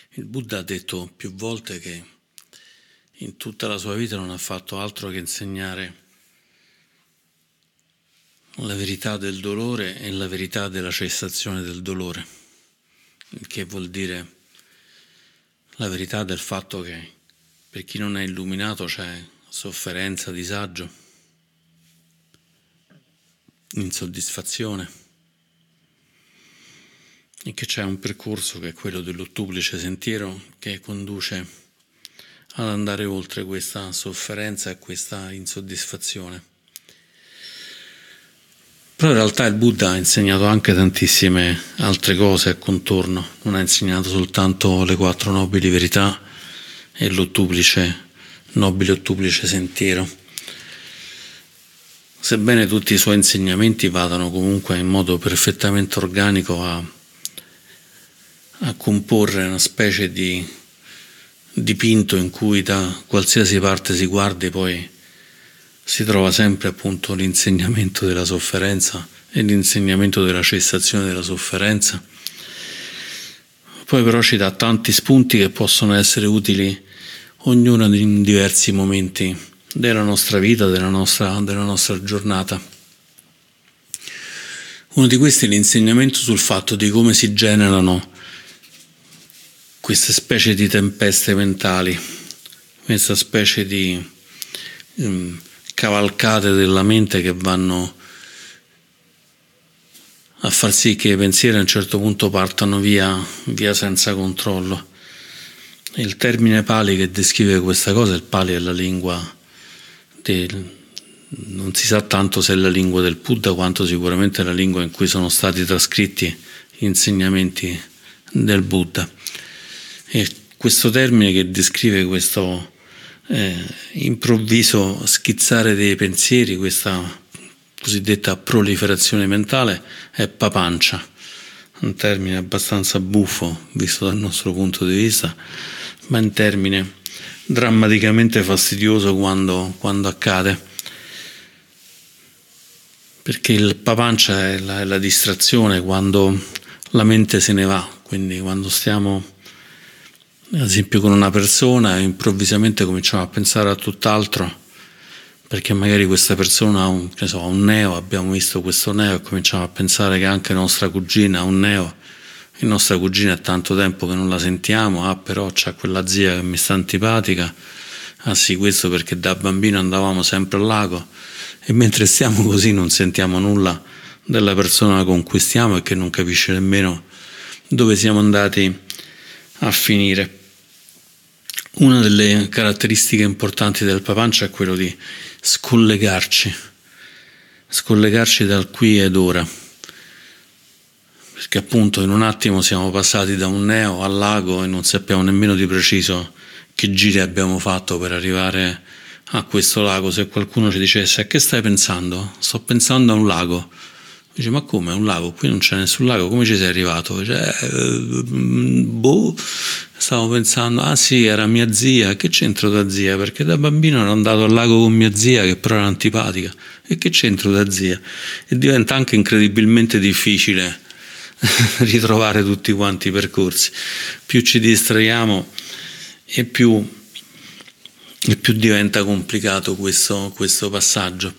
Il Buddha ha detto più volte che in tutta la sua vita non ha fatto altro che insegnare la verità del dolore e la verità della cessazione del dolore, il che vuol dire la verità del fatto che per chi non è illuminato c'è sofferenza, disagio, insoddisfazione, e che c'è un percorso che è quello dell'ottuplice sentiero che conduce ad andare oltre questa sofferenza e questa insoddisfazione. Però in realtà il Buddha ha insegnato anche tantissime altre cose a contorno, non ha insegnato soltanto le 4 nobili verità e nobile ottuplice sentiero. Sebbene tutti i suoi insegnamenti vadano comunque in modo perfettamente organico a comporre una specie di dipinto in cui da qualsiasi parte si guardi poi si trova sempre appunto l'insegnamento della sofferenza e l'insegnamento della cessazione della sofferenza. Poi però ci dà tanti spunti che possono essere utili ognuno in diversi momenti della nostra vita, della nostra giornata. Uno di questi è l'insegnamento sul fatto di come si generano queste specie di tempeste mentali, questa specie di cavalcate della mente che vanno a far sì che i pensieri a un certo punto partano via senza controllo. Il termine Pali che descrive questa cosa, il Pali è la lingua non si sa tanto se è la lingua del Buddha quanto sicuramente è la lingua in cui sono stati trascritti gli insegnamenti del Buddha. E questo termine che descrive questo improvviso schizzare dei pensieri, questa cosiddetta proliferazione mentale, è papancha, un termine abbastanza buffo visto dal nostro punto di vista, ma è un termine drammaticamente fastidioso quando accade, perché il papancha è la distrazione quando la mente se ne va, quindi quando stiamo ad esempio con una persona e improvvisamente cominciamo a pensare a tutt'altro perché magari questa persona ha un neo, abbiamo visto questo neo e cominciamo a pensare che anche nostra cugina ha un neo e nostra cugina è tanto tempo che non la sentiamo, però c'ha quella zia che mi sta antipatica, sì, questo perché da bambino andavamo sempre al lago, e mentre stiamo così non sentiamo nulla della persona con cui stiamo e che non capisce nemmeno dove siamo andati a finire. Una delle caratteristiche importanti del papancha è quello di scollegarci dal qui ed ora, perché appunto in un attimo siamo passati da un neo al lago e non sappiamo nemmeno di preciso che giri abbiamo fatto per arrivare a questo lago. Se qualcuno ci dicesse: a che stai pensando? Sto pensando a un lago. Dice: ma come, un lago? Qui non c'è nessun lago, come ci sei arrivato? Dice, stavo pensando, sì, era mia zia. Che c'entro da zia? Perché da bambino ero andato al lago con mia zia, che però era antipatica. E che c'entro da zia? E diventa anche incredibilmente difficile ritrovare tutti quanti i percorsi. Più ci distraiamo e più diventa complicato questo passaggio.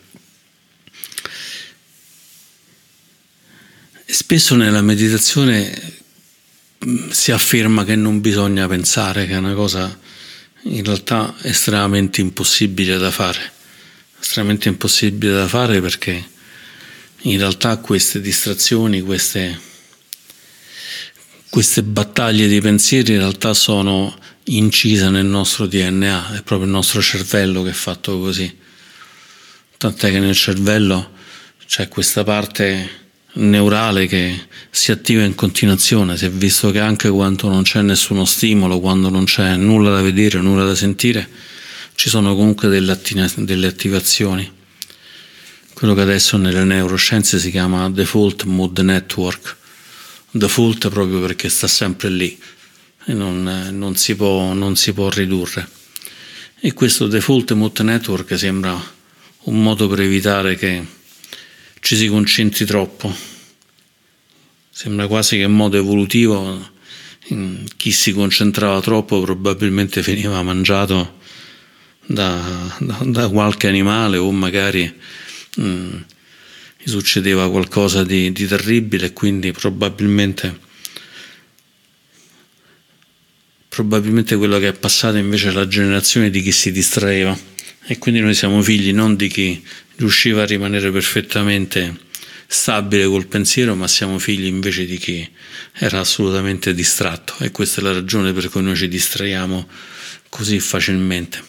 Spesso nella meditazione si afferma che non bisogna pensare, che è una cosa in realtà estremamente impossibile da fare perché in realtà queste distrazioni, queste battaglie di pensieri in realtà sono incise nel nostro DNA, è proprio il nostro cervello che è fatto così, tant'è che nel cervello c'è questa parte neurale che si attiva in continuazione. Si è visto che anche quando non c'è nessuno stimolo, quando non c'è nulla da vedere, nulla da sentire, ci sono comunque delle attivazioni. Quello che adesso nelle neuroscienze si chiama default mode network, default proprio perché sta sempre lì e non si può ridurre. E questo default mode network sembra un modo per evitare che ci si concentri troppo. Sembra quasi che in modo evolutivo Chi si concentrava troppo probabilmente veniva mangiato da qualche animale, o magari gli succedeva qualcosa di terribile, e quindi probabilmente quello che è passato invece è la generazione di chi si distraeva, e quindi noi siamo figli non di chi riusciva a rimanere perfettamente stabile col pensiero, ma siamo figli invece di chi era assolutamente distratto, e questa è la ragione per cui noi ci distraiamo così facilmente.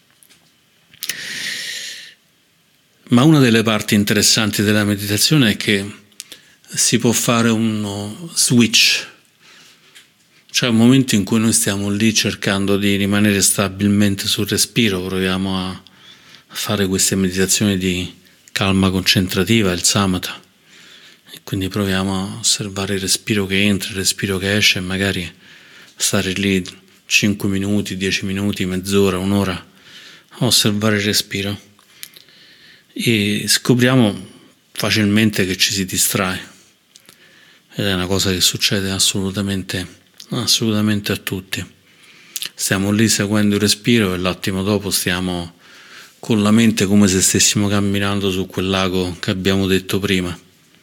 Ma una delle parti interessanti della meditazione è che si può fare uno switch, cioè un momento in cui noi stiamo lì cercando di rimanere stabilmente sul respiro, proviamo a fare queste meditazioni di calma concentrativa, il samatha, e quindi proviamo a osservare il respiro che entra, il respiro che esce, e magari stare lì 5 minuti, 10 minuti, mezz'ora, un'ora a osservare il respiro, e scopriamo facilmente che ci si distrae, ed è una cosa che succede assolutamente a tutti. Stiamo lì seguendo il respiro e l'attimo dopo stiamo con la mente come se stessimo camminando su quel lago che abbiamo detto prima.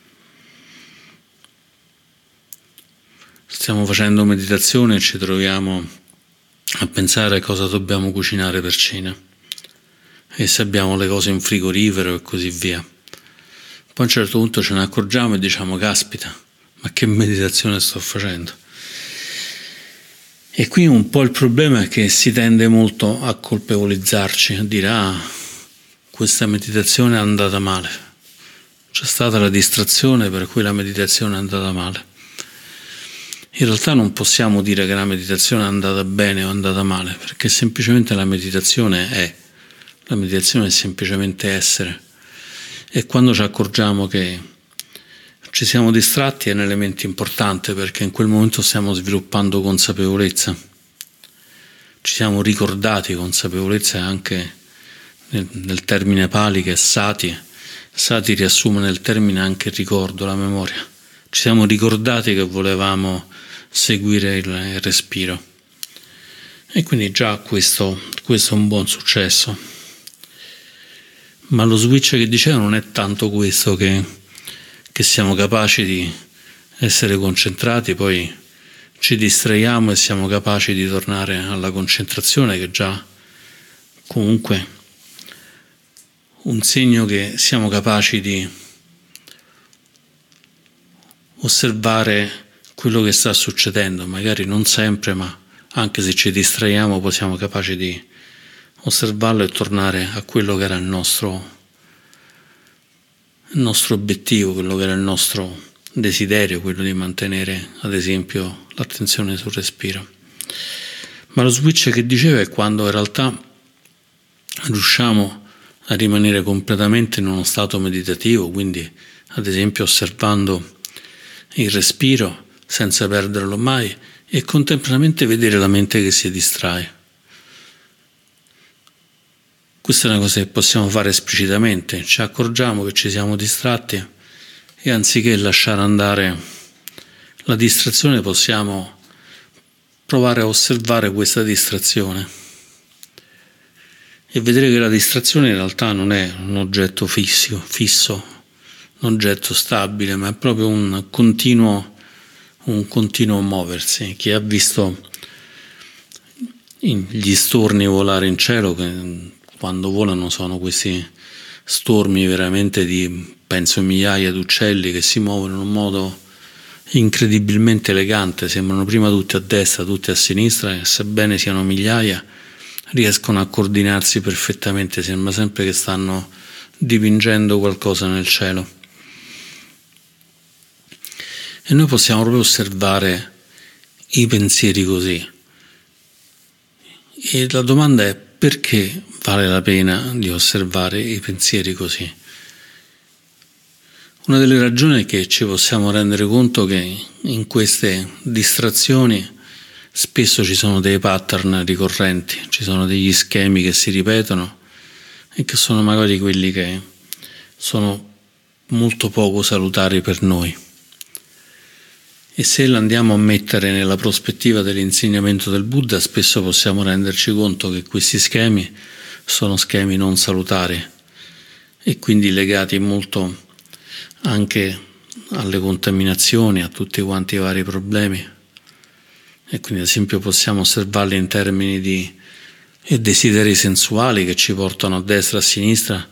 Stiamo facendo meditazione e ci troviamo a pensare a cosa dobbiamo cucinare per cena, e se abbiamo le cose in frigorifero e così via. Poi a un certo punto ce ne accorgiamo e diciamo: caspita, ma che meditazione sto facendo? E qui un po' il problema è che si tende molto a colpevolizzarci, a dire: questa meditazione è andata male, c'è stata la distrazione per cui la meditazione è andata male. In realtà non possiamo dire che la meditazione è andata bene o è andata male, perché semplicemente la meditazione è semplicemente essere, e quando ci accorgiamo che ci siamo distratti è un elemento importante, perché in quel momento stiamo sviluppando consapevolezza, ci siamo ricordati consapevolezza, anche nel termine pali che è sati riassume nel termine anche il ricordo, la memoria. Ci siamo ricordati che volevamo seguire il respiro, e quindi già questo è un buon successo. Ma lo switch che dicevo non è tanto questo, che siamo capaci di essere concentrati, poi ci distraiamo e siamo capaci di tornare alla concentrazione, che già comunque un segno che siamo capaci di osservare quello che sta succedendo, magari non sempre, ma anche se ci distraiamo poi siamo capaci di osservarlo e tornare a quello che era il nostro obiettivo, quello che era il nostro desiderio, quello di mantenere ad esempio l'attenzione sul respiro. Ma lo switch che dicevo è quando in realtà riusciamo a rimanere completamente in uno stato meditativo, quindi ad esempio osservando il respiro senza perderlo mai, e contemporaneamente vedere la mente che si distrae. Questa è una cosa che possiamo fare esplicitamente, ci accorgiamo che ci siamo distratti e anziché lasciare andare la distrazione possiamo provare a osservare questa distrazione e vedere che la distrazione in realtà non è un oggetto fisso, un oggetto stabile, ma è proprio un continuo muoversi. Chi ha visto gli storni volare in cielo, che quando volano sono questi stormi veramente di, penso, migliaia di uccelli che si muovono in un modo incredibilmente elegante, sembrano prima tutti a destra, tutti a sinistra, e sebbene siano migliaia riescono a coordinarsi perfettamente, sembra sempre che stanno dipingendo qualcosa nel cielo. E noi possiamo proprio osservare i pensieri così. E la domanda è: perché vale la pena di osservare i pensieri così? Una delle ragioni è che ci possiamo rendere conto che in queste distrazioni spesso ci sono dei pattern ricorrenti, ci sono degli schemi che si ripetono e che sono magari quelli che sono molto poco salutari per noi. E se la andiamo a mettere nella prospettiva dell'insegnamento del Buddha, spesso possiamo renderci conto che questi schemi sono schemi non salutari e quindi legati molto anche alle contaminazioni, a tutti quanti i vari problemi. E quindi ad esempio possiamo osservarli in termini di desideri sensuali che ci portano a destra e a sinistra,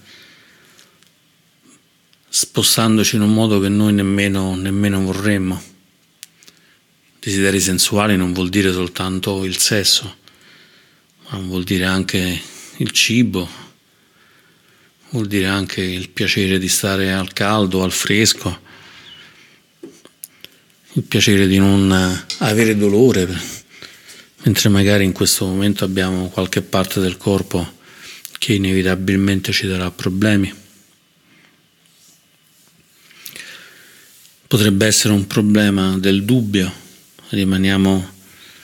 spostandoci in un modo che noi nemmeno vorremmo. Desideri sensuali non vuol dire soltanto il sesso, ma vuol dire anche il cibo, vuol dire anche il piacere di stare al caldo, al fresco, il piacere di non avere dolore, mentre magari in questo momento abbiamo qualche parte del corpo che inevitabilmente ci darà problemi. Potrebbe essere un problema del dubbio, rimaniamo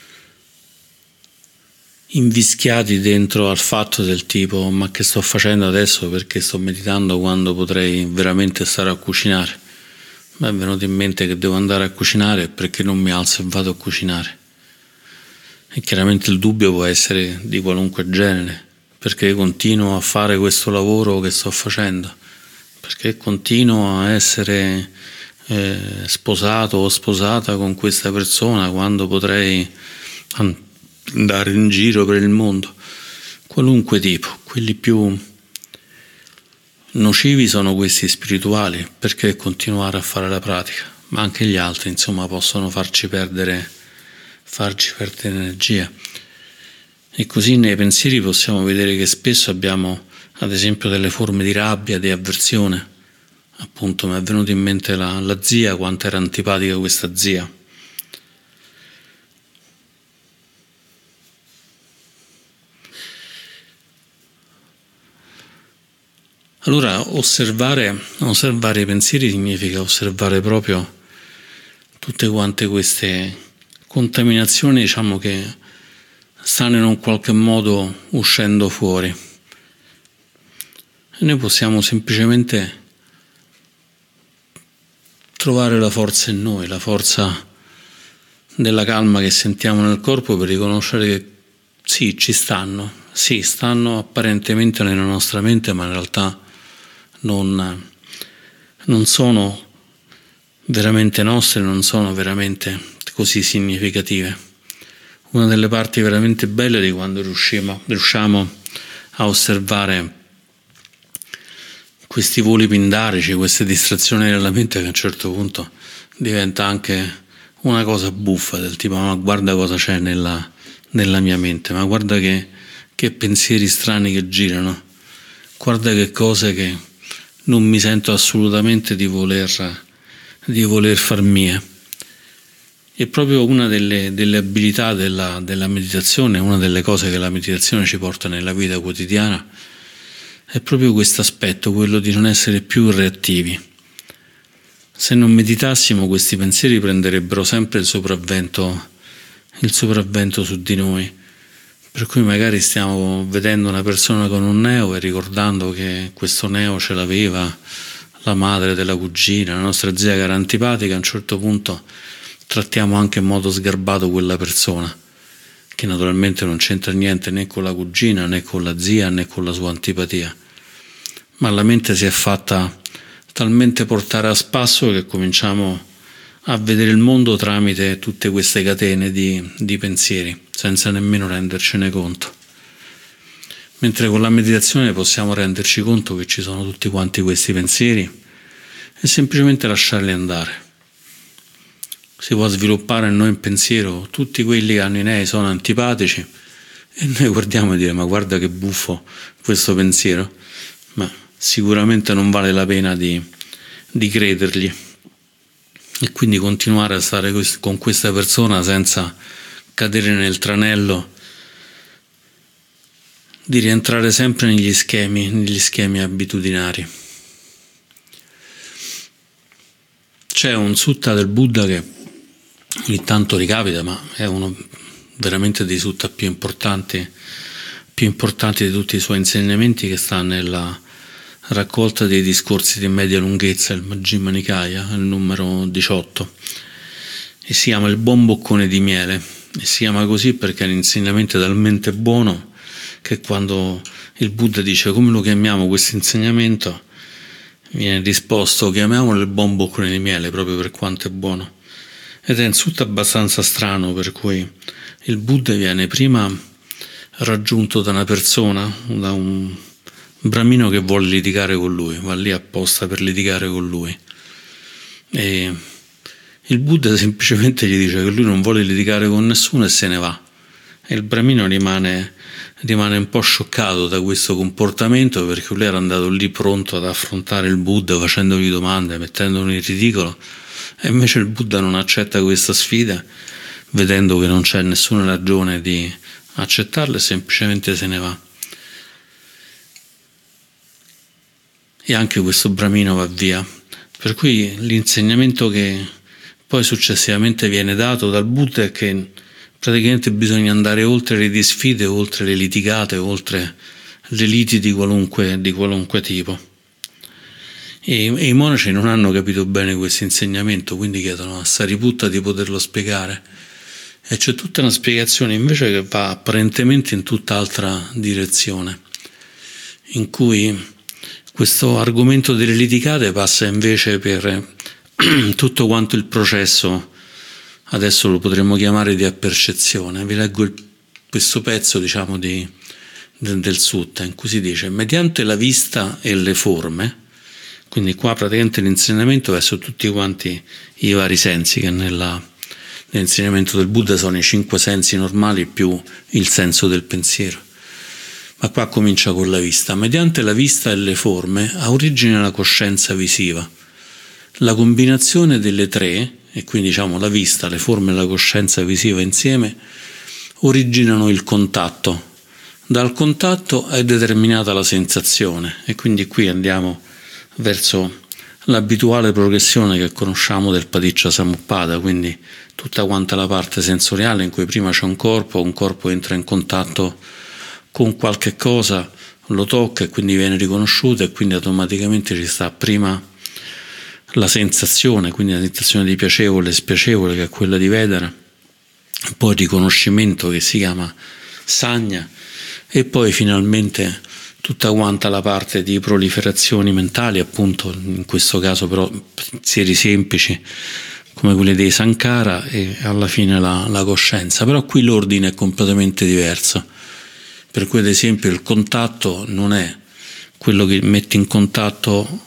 invischiati dentro al fatto del tipo: ma che sto facendo adesso, perché sto meditando quando potrei veramente stare a cucinare? Mi è venuto in mente che devo andare a cucinare, perché non mi alzo e vado a cucinare? E chiaramente il dubbio può essere di qualunque genere: perché continuo a fare questo lavoro che sto facendo? Perché continuo a essere sposato o sposata con questa persona quando potrei andare in giro per il mondo? Qualunque tipo. Quelli più nocivi sono questi spirituali, perché continuare a fare la pratica, ma anche gli altri insomma possono farci perdere energia. E così nei pensieri possiamo vedere che spesso abbiamo ad esempio delle forme di rabbia, di avversione. Appunto mi è venuta in mente la zia, quanto era antipatica questa zia. Allora osservare i pensieri significa osservare proprio tutte quante queste contaminazioni, diciamo, che stanno in un qualche modo uscendo fuori. E noi possiamo semplicemente trovare la forza in noi, la forza della calma che sentiamo nel corpo, per riconoscere che sì, stanno apparentemente nella nostra mente, ma in realtà non sono veramente nostre, non sono veramente così significative. Una delle parti veramente belle di quando riusciamo a osservare questi voli pindarici, queste distrazioni della mente, che a un certo punto diventa anche una cosa buffa, del tipo: ma guarda cosa c'è nella mia mente, ma guarda che pensieri strani che girano, guarda che cose che non mi sento assolutamente di voler far mie. E proprio una delle abilità della meditazione, una delle cose che la meditazione ci porta nella vita quotidiana, è proprio questo aspetto, quello di non essere più reattivi. Se non meditassimo, questi pensieri prenderebbero sempre il sopravvento su di noi. Per cui magari stiamo vedendo una persona con un neo e ricordando che questo neo ce l'aveva la madre della cugina, la nostra zia che era antipatica, a un certo punto trattiamo anche in modo sgarbato quella persona, che naturalmente non c'entra niente né con la cugina, né con la zia, né con la sua antipatia. Ma la mente si è fatta talmente portare a spasso che cominciamo a vedere il mondo tramite tutte queste catene di pensieri, senza nemmeno rendercene conto. Mentre con la meditazione possiamo renderci conto che ci sono tutti quanti questi pensieri e semplicemente lasciarli andare. Si può sviluppare in noi un pensiero: tutti quelli che hanno i nei sono antipatici, e noi guardiamo e dire: ma guarda che buffo questo pensiero, ma sicuramente non vale la pena di credergli. E quindi continuare a stare con questa persona senza cadere nel tranello di rientrare sempre negli schemi abitudinari. C'è un sutta del Buddha che ogni tanto ricapita, ma è uno veramente dei sutta più importanti di tutti i suoi insegnamenti, che sta nella raccolta dei discorsi di media lunghezza, il Majjhima Nikaya, il numero 18. e si chiama il buon boccone di miele, e si chiama così perché l'insegnamento è talmente buono che quando il Buddha dice come lo chiamiamo questo insegnamento, viene risposto chiamiamolo il buon boccone di miele, proprio per quanto è buono. Ed è innanzitutto abbastanza strano, per cui il Buddha viene prima raggiunto da una persona, da un bramino che vuole litigare con lui, va lì apposta per litigare con lui, e il Buddha semplicemente gli dice che lui non vuole litigare con nessuno e se ne va, e il bramino rimane un po' scioccato da questo comportamento, perché lui era andato lì pronto ad affrontare il Buddha facendogli domande, mettendolo in ridicolo, e invece il Buddha non accetta questa sfida, vedendo che non c'è nessuna ragione di accettarla, e semplicemente se ne va. E anche questo bramino va via. Per cui l'insegnamento che poi successivamente viene dato dal Buddha è che praticamente bisogna andare oltre le disfide, oltre le litigate, oltre le liti di qualunque tipo. E i monaci non hanno capito bene questo insegnamento, quindi chiedono a Sariputta di poterlo spiegare. E c'è tutta una spiegazione invece che va apparentemente in tutt'altra direzione, in cui questo argomento delle litigate passa invece per tutto quanto il processo, adesso lo potremmo chiamare di appercezione. Vi leggo questo pezzo, del sutta, in cui si dice: mediante la vista e le forme, quindi qua praticamente l'insegnamento è su tutti quanti i vari sensi, che nell'insegnamento del Buddha sono i 5 sensi normali più il senso del pensiero. Ma qua comincia con la vista. Mediante la vista e le forme ha origine la coscienza visiva. La combinazione delle tre, e quindi la vista, le forme e la coscienza visiva insieme, originano il contatto. Dal contatto è determinata la sensazione, e quindi qui andiamo verso l'abituale progressione che conosciamo del Paticca Samuppada, quindi tutta quanta la parte sensoriale in cui prima c'è un corpo entra in contatto con qualche cosa, lo tocca e quindi viene riconosciuto, e quindi automaticamente ci sta prima la sensazione, quindi la sensazione di piacevole e spiacevole, che è quella di vedere, poi il riconoscimento che si chiama sagna, e poi finalmente tutta quanta la parte di proliferazioni mentali, appunto in questo caso però pensieri semplici come quelli dei Sankara, e alla fine la coscienza. Però qui l'ordine è completamente diverso, per cui ad esempio il contatto non è quello che mette in contatto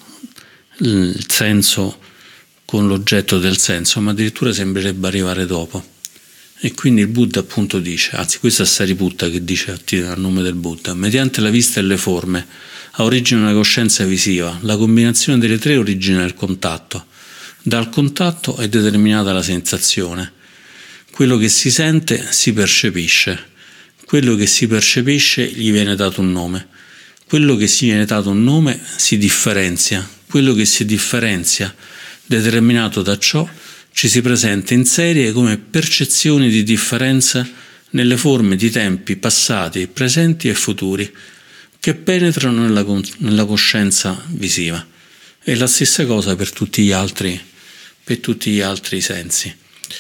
il senso con l'oggetto del senso, ma addirittura sembrerebbe arrivare dopo. E quindi il Buddha appunto dice, anzi questo è Sariputta che dice a nome del Buddha: mediante la vista e le forme ha origine una coscienza visiva, la combinazione delle tre origina il contatto, dal contatto è determinata la sensazione, quello che si sente si percepisce, quello che si percepisce gli viene dato un nome, quello che si viene dato un nome si differenzia, quello che si differenzia determinato da ciò ci si presenta in serie come percezioni di differenza nelle forme di tempi passati, presenti e futuri che penetrano nella coscienza visiva. E la stessa cosa per tutti gli altri sensi.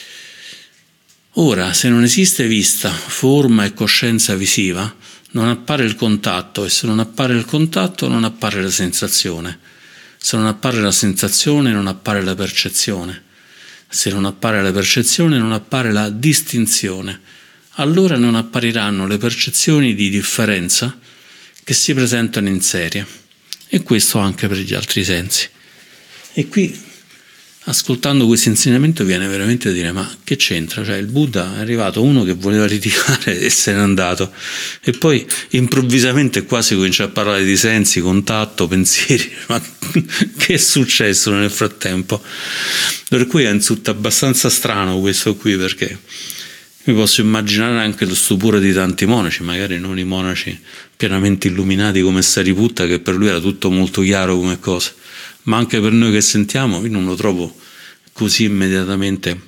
Ora, se non esiste vista, forma e coscienza visiva, non appare il contatto, e se non appare il contatto non appare la sensazione. Se non appare la sensazione non appare la percezione. Se non appare la percezione non appare la distinzione. Allora non appariranno le percezioni di differenza che si presentano in serie. E questo anche per gli altri sensi. E qui, ascoltando questo insegnamento, viene veramente a dire: ma che c'entra? Cioè il Buddha è arrivato uno che voleva litigare e se n'è andato, e poi improvvisamente quasi comincia a parlare di sensi, contatto, pensieri. Ma che è successo nel frattempo? Per cui è innanzitutto abbastanza strano questo qui, perché mi posso immaginare anche lo stupore di tanti monaci, magari non i monaci pienamente illuminati come Sariputta, che per lui era tutto molto chiaro come cosa, ma anche per noi che sentiamo. Io non lo trovo così immediatamente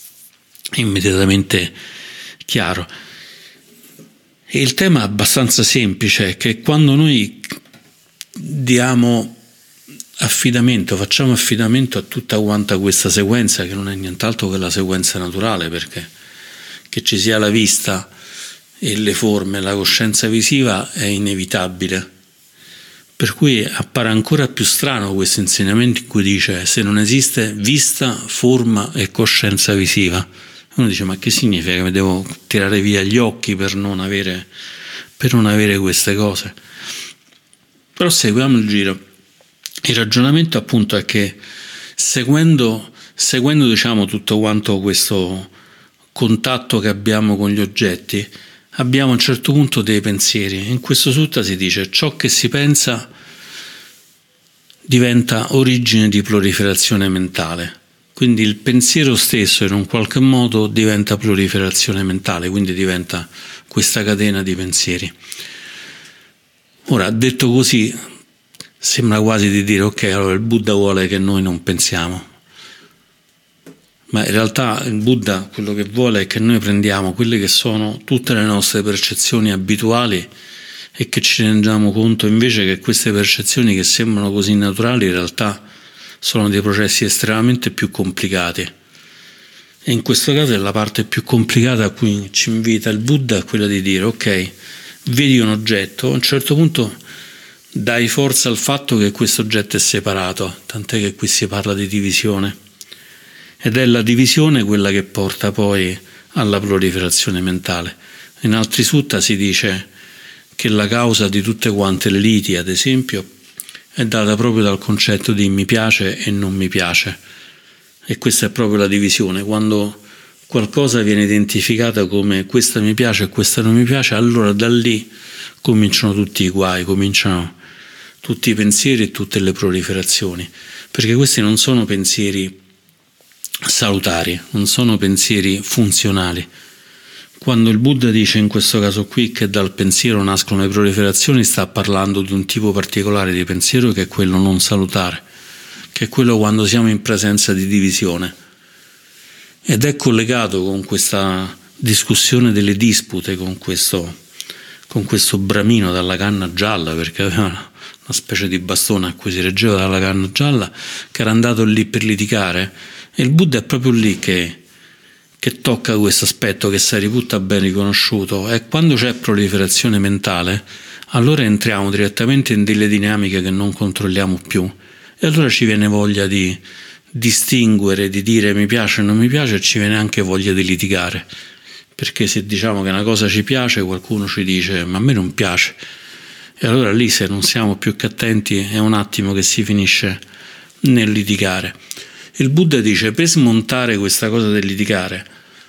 chiaro. E il tema è abbastanza semplice, che quando noi diamo facciamo affidamento a tutta quanta questa sequenza, che non è nient'altro che la sequenza naturale, perché che ci sia la vista e le forme, la coscienza visiva è inevitabile. Per cui appare ancora più strano questo insegnamento in cui dice: se non esiste vista, forma e coscienza visiva. Uno dice: ma che significa? Che mi devo tirare via gli occhi per non avere queste cose? Però seguiamo il giro. Il ragionamento appunto è che seguendo diciamo tutto quanto questo contatto che abbiamo con gli oggetti, abbiamo a un certo punto dei pensieri. In questo sutta si dice: ciò che si pensa diventa origine di proliferazione mentale. Quindi il pensiero stesso in un qualche modo diventa proliferazione mentale, quindi diventa questa catena di pensieri. Ora, detto così, sembra quasi di dire: ok, allora il Buddha vuole che noi non pensiamo. Ma in realtà il Buddha quello che vuole è che noi prendiamo quelle che sono tutte le nostre percezioni abituali e che ci rendiamo conto invece che queste percezioni che sembrano così naturali in realtà sono dei processi estremamente più complicati. E in questo caso è la parte più complicata a cui ci invita il Buddha, è quella di dire: ok, vedi un oggetto, a un certo punto dai forza al fatto che questo oggetto è separato, tant'è che qui si parla di divisione. Ed è la divisione quella che porta poi alla proliferazione mentale. In altri sutta si dice che la causa di tutte quante le liti, ad esempio, è data proprio dal concetto di mi piace e non mi piace. E questa è proprio la divisione. Quando qualcosa viene identificata come questa mi piace e questa non mi piace, allora da lì cominciano tutti i guai, cominciano tutti i pensieri e tutte le proliferazioni. Perché questi non sono pensieri salutari, non sono pensieri funzionali. Quando il Buddha dice in questo caso qui che dal pensiero nascono le proliferazioni, sta parlando di un tipo particolare di pensiero che è quello non salutare, che è quello quando siamo in presenza di divisione. Ed è collegato con questa discussione delle dispute, con questo bramino dalla canna gialla, perché aveva una specie di bastone a cui si reggeva dalla canna gialla, che era andato lì per litigare. E il Buddha è proprio lì che tocca questo aspetto che Sariputta ha ben riconosciuto. E quando c'è proliferazione mentale, allora entriamo direttamente in delle dinamiche che non controlliamo più. E allora ci viene voglia di distinguere, di dire mi piace o non mi piace, e ci viene anche voglia di litigare. Perché se diciamo che una cosa ci piace, qualcuno ci dice ma a me non piace. E allora lì, se non siamo più che attenti, è un attimo che si finisce nel litigare. Il Buddha dice: per smontare questa cosa del litigare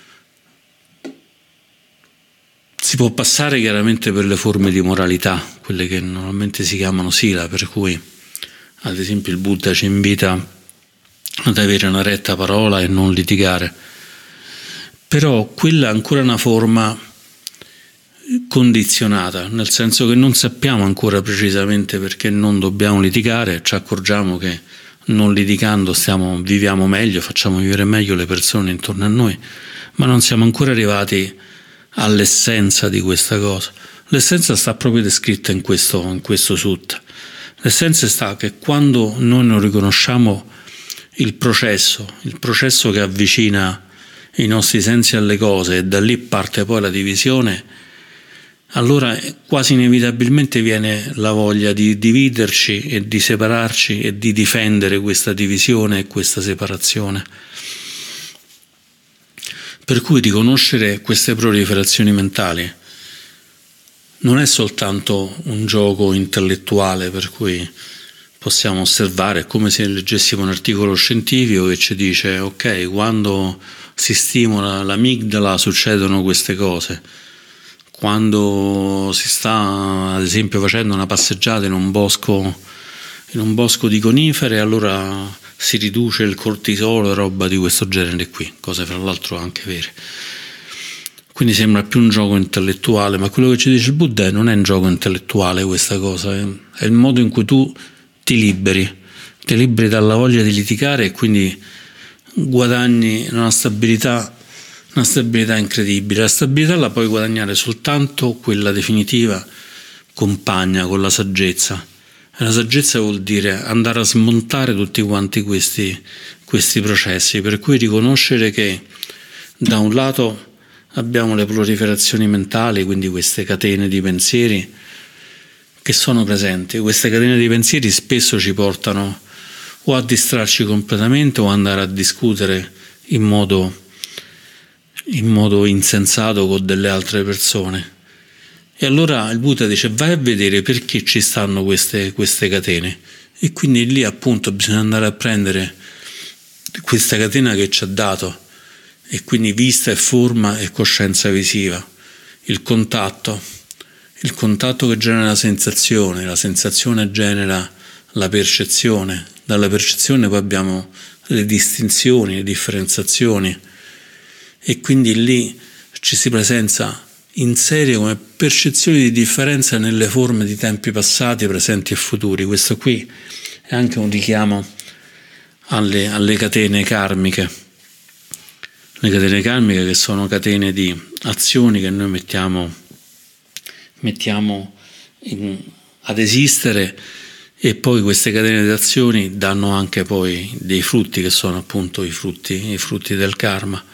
si può passare chiaramente per le forme di moralità, quelle che normalmente si chiamano sila, per cui ad esempio il Buddha ci invita ad avere una retta parola e non litigare. Però quella è ancora una forma condizionata, nel senso che non sappiamo ancora precisamente perché non dobbiamo litigare, ci accorgiamo che non litigando viviamo meglio, facciamo vivere meglio le persone intorno a noi, ma non siamo ancora arrivati all'essenza di questa cosa. L'essenza sta proprio descritta in questo sutta. L'essenza sta che quando noi non riconosciamo il processo che avvicina i nostri sensi alle cose, e da lì parte poi la divisione, allora quasi inevitabilmente viene la voglia di dividerci e di separarci e di difendere questa divisione e questa separazione. Per cui riconoscere queste proliferazioni mentali non è soltanto un gioco intellettuale per cui possiamo osservare, è come se leggessimo un articolo scientifico che ci dice ok, quando si stimola l'amigdala succedono queste cose. Quando si sta, ad esempio, facendo una passeggiata in un bosco di conifere, allora si riduce il cortisolo e roba di questo genere qui, cose fra l'altro anche vere. Quindi sembra più un gioco intellettuale, ma quello che ci dice il Buddha non è un gioco intellettuale questa cosa, è il modo in cui tu ti liberi dalla voglia di litigare e quindi guadagni una stabilità incredibile. La stabilità la puoi guadagnare soltanto quella definitiva, compagna con la saggezza. La saggezza vuol dire andare a smontare tutti quanti questi processi, per cui riconoscere che da un lato abbiamo le proliferazioni mentali, quindi queste catene di pensieri che sono presenti. Queste catene di pensieri spesso ci portano o a distrarci completamente o andare a discutere in modo insensato con delle altre persone. E allora il Buddha dice: vai a vedere perché ci stanno queste catene, e quindi lì appunto bisogna andare a prendere questa catena che ci ha dato, e quindi vista e forma e coscienza visiva, il contatto che genera la sensazione genera la percezione, dalla percezione poi abbiamo le distinzioni, le differenziazioni, e quindi lì ci si presenza in serie come percezioni di differenza nelle forme di tempi passati, presenti e futuri. Questo qui è anche un richiamo alle catene karmiche. Le catene karmiche, che sono catene di azioni che noi mettiamo ad esistere, e poi queste catene di azioni danno anche poi dei frutti, che sono appunto i frutti del karma.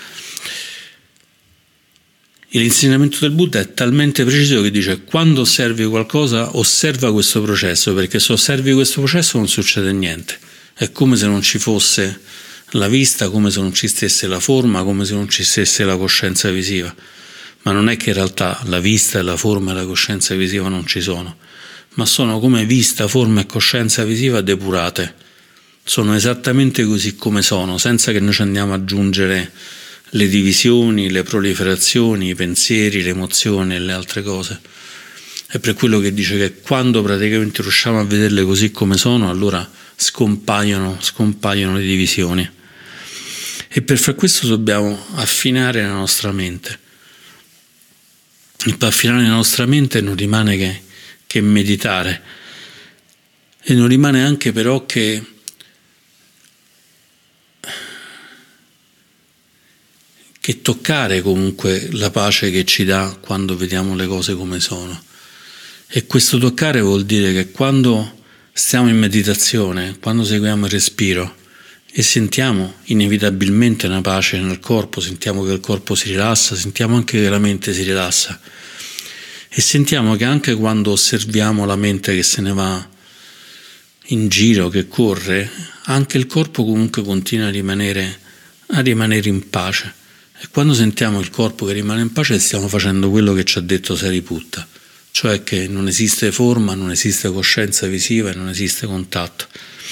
L'insegnamento del Buddha è talmente preciso che dice: quando osservi qualcosa, osserva questo processo, perché se osservi questo processo non succede niente. È come se non ci fosse la vista, come se non ci stesse la forma, come se non ci stesse la coscienza visiva. Ma non è che in realtà la vista, la forma e la coscienza visiva non ci sono, ma sono come vista, forma e coscienza visiva depurate. Sono esattamente così come sono, senza che noi ci andiamo ad aggiungere le divisioni, le proliferazioni, i pensieri, le emozioni e le altre cose. È per quello che dice che quando praticamente riusciamo a vederle così come sono, allora scompaiono le divisioni. E per far questo dobbiamo affinare la nostra mente. E per affinare la nostra mente non rimane che meditare, e non rimane anche però che toccare comunque la pace che ci dà quando vediamo le cose come sono. E questo toccare vuol dire che quando stiamo in meditazione, quando seguiamo il respiro e sentiamo inevitabilmente una pace nel corpo, sentiamo che il corpo si rilassa, sentiamo anche che la mente si rilassa, e sentiamo che anche quando osserviamo la mente che se ne va in giro, che corre, anche il corpo comunque continua a rimanere in pace. E quando sentiamo il corpo che rimane in pace, stiamo facendo quello che ci ha detto Sariputta, cioè che non esiste forma, non esiste coscienza visiva e non esiste contatto.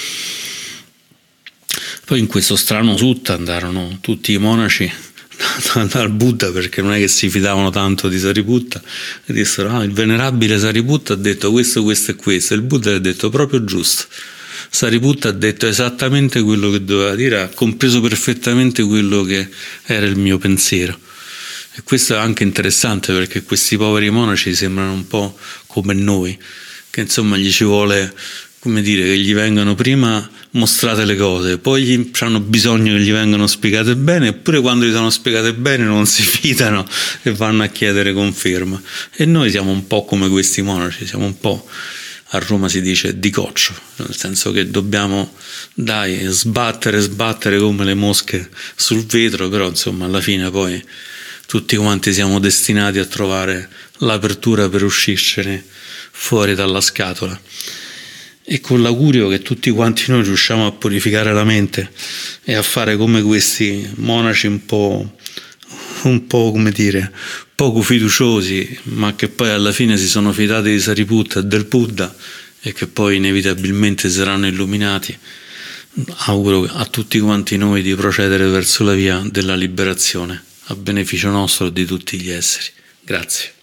Poi in questo strano sutta andarono tutti i monaci dal Buddha, perché non è che si fidavano tanto di Sariputta, e dissero: il venerabile Sariputta ha detto questo e questo, e il Buddha ha detto proprio giusto. Sariputta ha detto esattamente quello che doveva dire, ha compreso perfettamente quello che era il mio pensiero. E questo è anche interessante, perché questi poveri monaci sembrano un po' come noi, che insomma gli ci vuole, come dire, che gli vengano prima mostrate le cose, poi hanno bisogno che gli vengano spiegate bene, eppure quando gli sono spiegate bene non si fidano e vanno a chiedere conferma. E noi siamo un po' come questi monaci, siamo un po', a Roma si dice, di coccio, nel senso che dobbiamo sbattere come le mosche sul vetro, però insomma alla fine poi tutti quanti siamo destinati a trovare l'apertura per uscircene fuori dalla scatola. E con l'augurio che tutti quanti noi riusciamo a purificare la mente e a fare come questi monaci un po' come dire, poco fiduciosi, ma che poi alla fine si sono fidati di Sariputta e del Buddha, e che poi inevitabilmente saranno illuminati. Auguro a tutti quanti noi di procedere verso la via della liberazione, a beneficio nostro e di tutti gli esseri. Grazie.